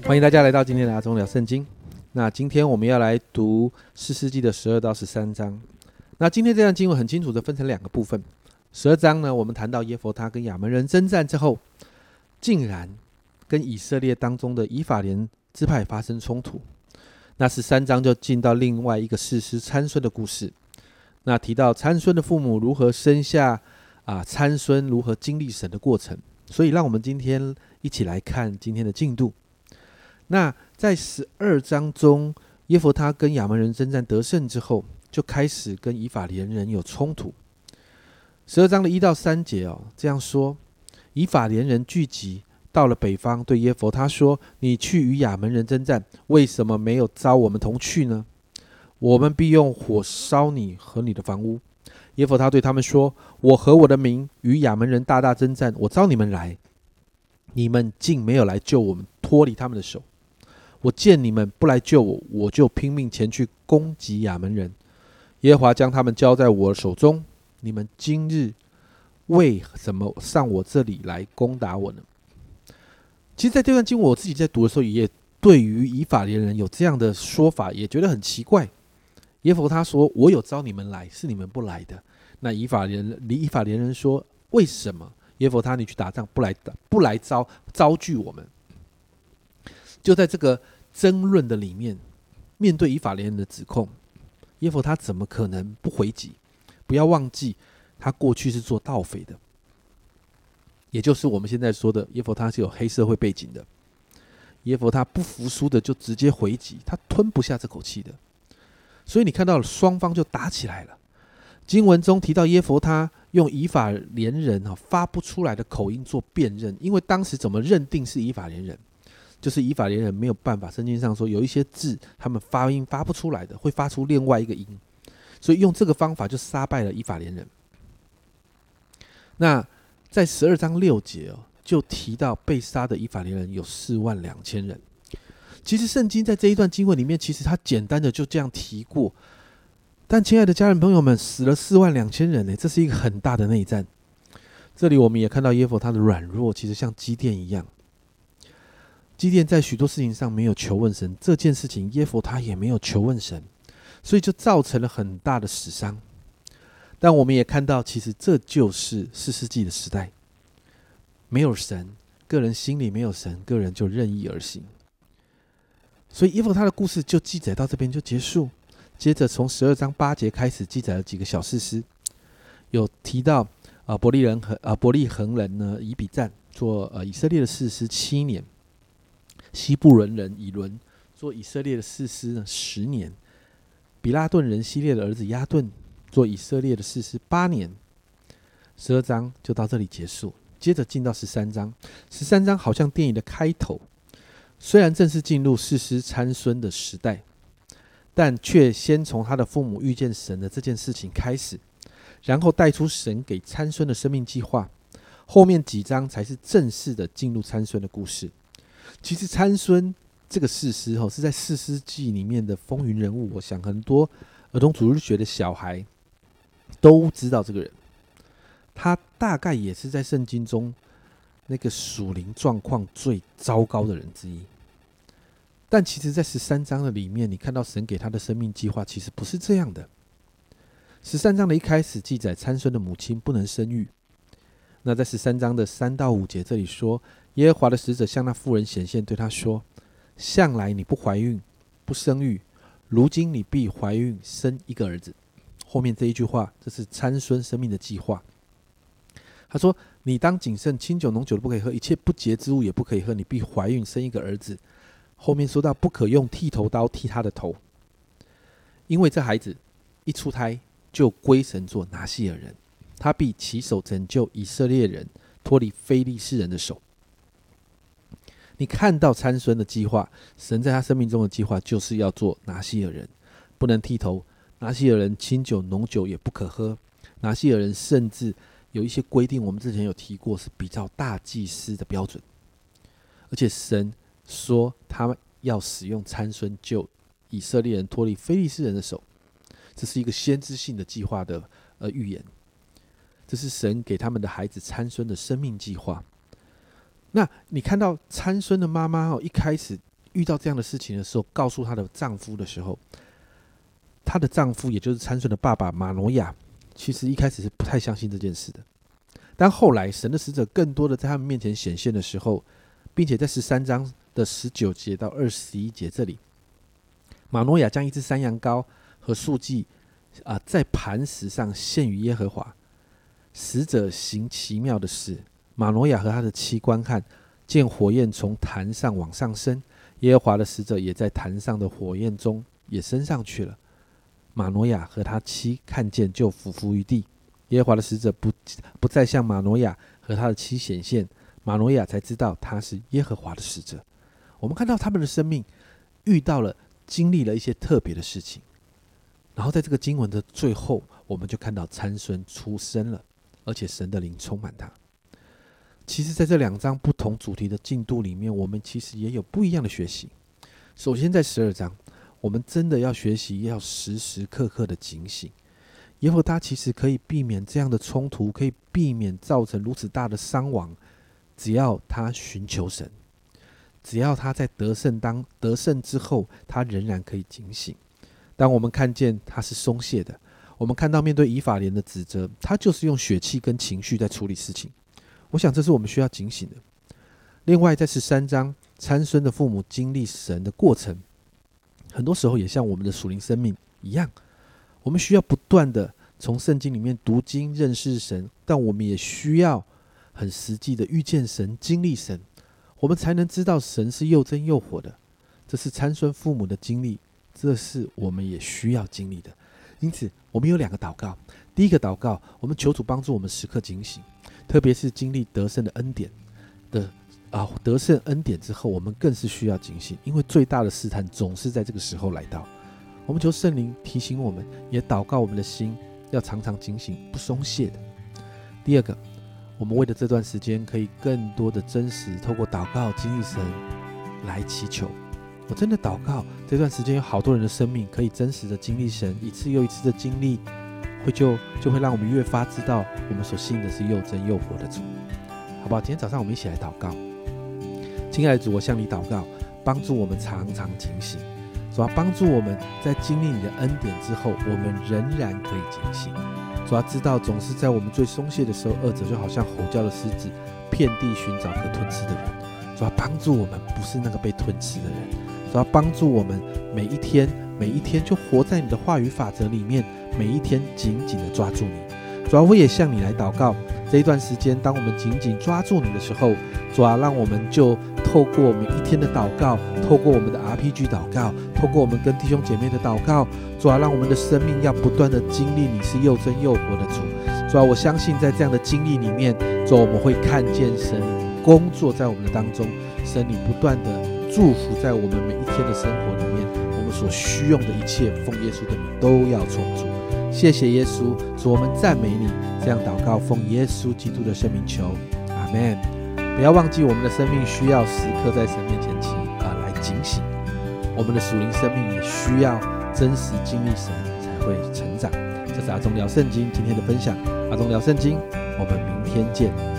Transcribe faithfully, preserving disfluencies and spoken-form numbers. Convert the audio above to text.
欢迎大家来到今天的阿忠聊圣经。那今天我们要来读士师记的十二到十三章。那今天这段经文很清楚的分成两个部分。十二章呢，我们谈到耶弗他跟亚扪人征战之后，竟然跟以色列当中的以法莲支派发生冲突。那十三章就进到另外一个士师参孙的故事。那提到参孙的父母如何生下啊参孙如何经历神的过程。所以让我们今天一起来看今天的进度。那在十二章中，耶弗他跟亚扪人征战得胜之后，就开始跟以法莲人有冲突。十二章的一到三节、哦、这样说：以法莲人聚集到了北方，对耶弗他说：你去与亚扪人征战，为什么没有召我们同去呢？我们必用火烧你和你的房屋。耶弗他对他们说：我和我的民与亚扪人大大征战，我召你们来，你们竟没有来救我们，脱离他们的手。我见你们不来救我，我就拼命前去攻击亚扪人。耶和华将他们交在我手中，你们今日为什么上我这里来攻打我呢？其实在这段经文我自己在读的时候，也对于以法莲人有这样的说法，也觉得很奇怪。耶弗他说：我有召你们来，是你们不来的。那以法莲人以法莲人说：为什么耶弗他你去打仗不来不来招招聚我们？就在这个争论的里面，面对以法莲人的指控，耶弗他怎么可能不回击？不要忘记，他过去是做盗匪的，也就是我们现在说的耶弗他是有黑社会背景的。耶弗他不服输的就直接回击，他吞不下这口气的。所以你看到了双方就打起来了。经文中提到耶弗他用以法莲人发不出来的口音做辨认，因为当时怎么认定是以法莲人？就是以法莲人没有办法，圣经上说有一些字他们发音发不出来的，会发出另外一个音，所以用这个方法就杀败了以法莲人。那在十二章六节、哦、就提到被杀的以法莲人有四万两千人。其实圣经在这一段经文里面，其实他简单的就这样提过，但亲爱的家人朋友们，死了四万两千人，这是一个很大的内战。这里我们也看到耶弗他的软弱，其实像基甸一样。基甸在许多事情上没有求问神，这件事情耶弗他也没有求问神，所以就造成了很大的死伤。但我们也看到，其实这就是士师记的时代，没有神，个人心里没有神，个人就任意而行。所以耶弗他的故事就记载到这边就结束。接着从十二章八节开始记载了几个小士师，有提到呃伯利人和呃伯利恒人呢以比赞做呃以色列的士师七年。西布伦人以伦做以色列的士师呢十年，比拉顿人希列的儿子亚顿做以色列的士师八年。十二章就到这里结束，接着进到十三章。十三章好像电影的开头，虽然正式进入士师参孙的时代，但却先从他的父母遇见神的这件事情开始，然后带出神给参孙的生命计划。后面几章才是正式的进入参孙的故事。其实参孙这个士师、哦、是在士师记里面的风云人物，我想很多儿童主日学的小孩都知道这个人。他大概也是在圣经中那个属灵状况最糟糕的人之一。但其实在十三章的里面，你看到神给他的生命计划其实不是这样的。十三章的一开始记载参孙的母亲不能生育。那在十三章的三到五节这里说，耶和华的使者向那妇人显现，对他说：向来你不怀孕不生育，如今你必怀孕生一个儿子。后面这一句话，这是参孙生命的计划。他说：你当谨慎，清酒浓酒都不可以喝，一切不洁之物也不可以喝，你必怀孕生一个儿子。后面说到不可用剃头刀剃他的头，因为这孩子一出胎就归神做拿细尔人，他必起手拯救以色列人脱离非利士人的手。你看到参孙的计划，神在他生命中的计划就是要做拿细尔人，不能剃头，拿细尔人清酒浓酒也不可喝，拿细尔人甚至有一些规定，我们之前有提过，是比较大祭司的标准。而且神说他要使用参孙救以色列人脱离非利士人的手，这是一个先知性的计划的呃预言。这是神给他们的孩子参孙的生命计划。那你看到参孙的妈妈、哦、一开始遇到这样的事情的时候，告诉她的丈夫的时候，她的丈夫也就是参孙的爸爸马挪亚，其实一开始是不太相信这件事的。但后来神的使者更多的在他们面前显现的时候，并且在十三章的十九节到二十一节这里，马挪亚将一只山羊羔和素祭、呃、在磐石上献于耶和华。使者行奇妙的事，马挪亚和他的妻观看，见火焰从坛上往上升，耶和华的使者也在坛上的火焰中也升上去了。马挪亚和他妻看见，就俯伏于地。耶和华的使者 不, 不再向马挪亚和他的妻显现，马挪亚才知道他是耶和华的使者。我们看到他们的生命遇到了经历了一些特别的事情，然后在这个经文的最后，我们就看到参孙出生了，而且神的灵充满他。其实在这两章不同主题的进度里面，我们其实也有不一样的学习。首先在十二章，我们真的要学习要时时刻刻的警醒。耶和华其实可以避免这样的冲突，可以避免造成如此大的伤亡，只要他寻求神，只要他在得胜当得胜之后，他仍然可以警醒。当我们看见他是松懈的，我们看到面对以法莲的指责，他就是用血气跟情绪在处理事情，我想这是我们需要警醒的。另外在十三章，参孙的父母经历神的过程，很多时候也像我们的属灵生命一样，我们需要不断的从圣经里面读经认识神，但我们也需要很实际的遇见神，经历神，我们才能知道神是又真又活的。这是参孙父母的经历，这是我们也需要经历的。因此我们有两个祷告。第一个祷告，我们求主帮助我们时刻警醒，特别是经历得胜的恩典的、啊、得胜恩典之后，我们更是需要警醒，因为最大的试探总是在这个时候来到。我们求圣灵提醒我们，也祷告我们的心要常常警醒，不松懈的。第二个，我们为了这段时间可以更多的真实透过祷告经历神来祈求。我真的祷告这段时间有好多人的生命可以真实的经历神，一次又一次的经历，会就就会让我们越发知道我们所信的是又真又活的主，好不好？今天早上我们一起来祷告。亲爱的主，我向你祷告，帮助我们常常警醒，主要帮助我们在经历你的恩典之后，我们仍然可以警醒。主要知道总是在我们最松懈的时候，恶者就好像吼叫的狮子，遍地寻找可吞吃的人。主要帮助我们不是那个被吞吃的人，主要帮助我们每一天每一天就活在你的话语法则里面，每一天紧紧的抓住你。主要我也向你来祷告，这一段时间当我们紧紧抓住你的时候，主要让我们就透过每一天的祷告，透过我们的 R P G 祷告，透过我们跟弟兄姐妹的祷告，主要让我们的生命要不断的经历你是又真又活的主。主要我相信在这样的经历里面，主要我们会看见神工作在我们的当中，神你不断的祝福在我们每一天的生活里面，我们所需用的一切奉耶稣的名都要充足。谢谢耶稣，主我们赞美你。这样祷告奉耶稣基督的圣名求，阿们。不要忘记我们的生命需要时刻在神面前请、呃、来警醒，我们的属灵生命也需要真实经历神才会成长。这是阿忠聊圣经今天的分享，阿忠聊圣经，我们明天见。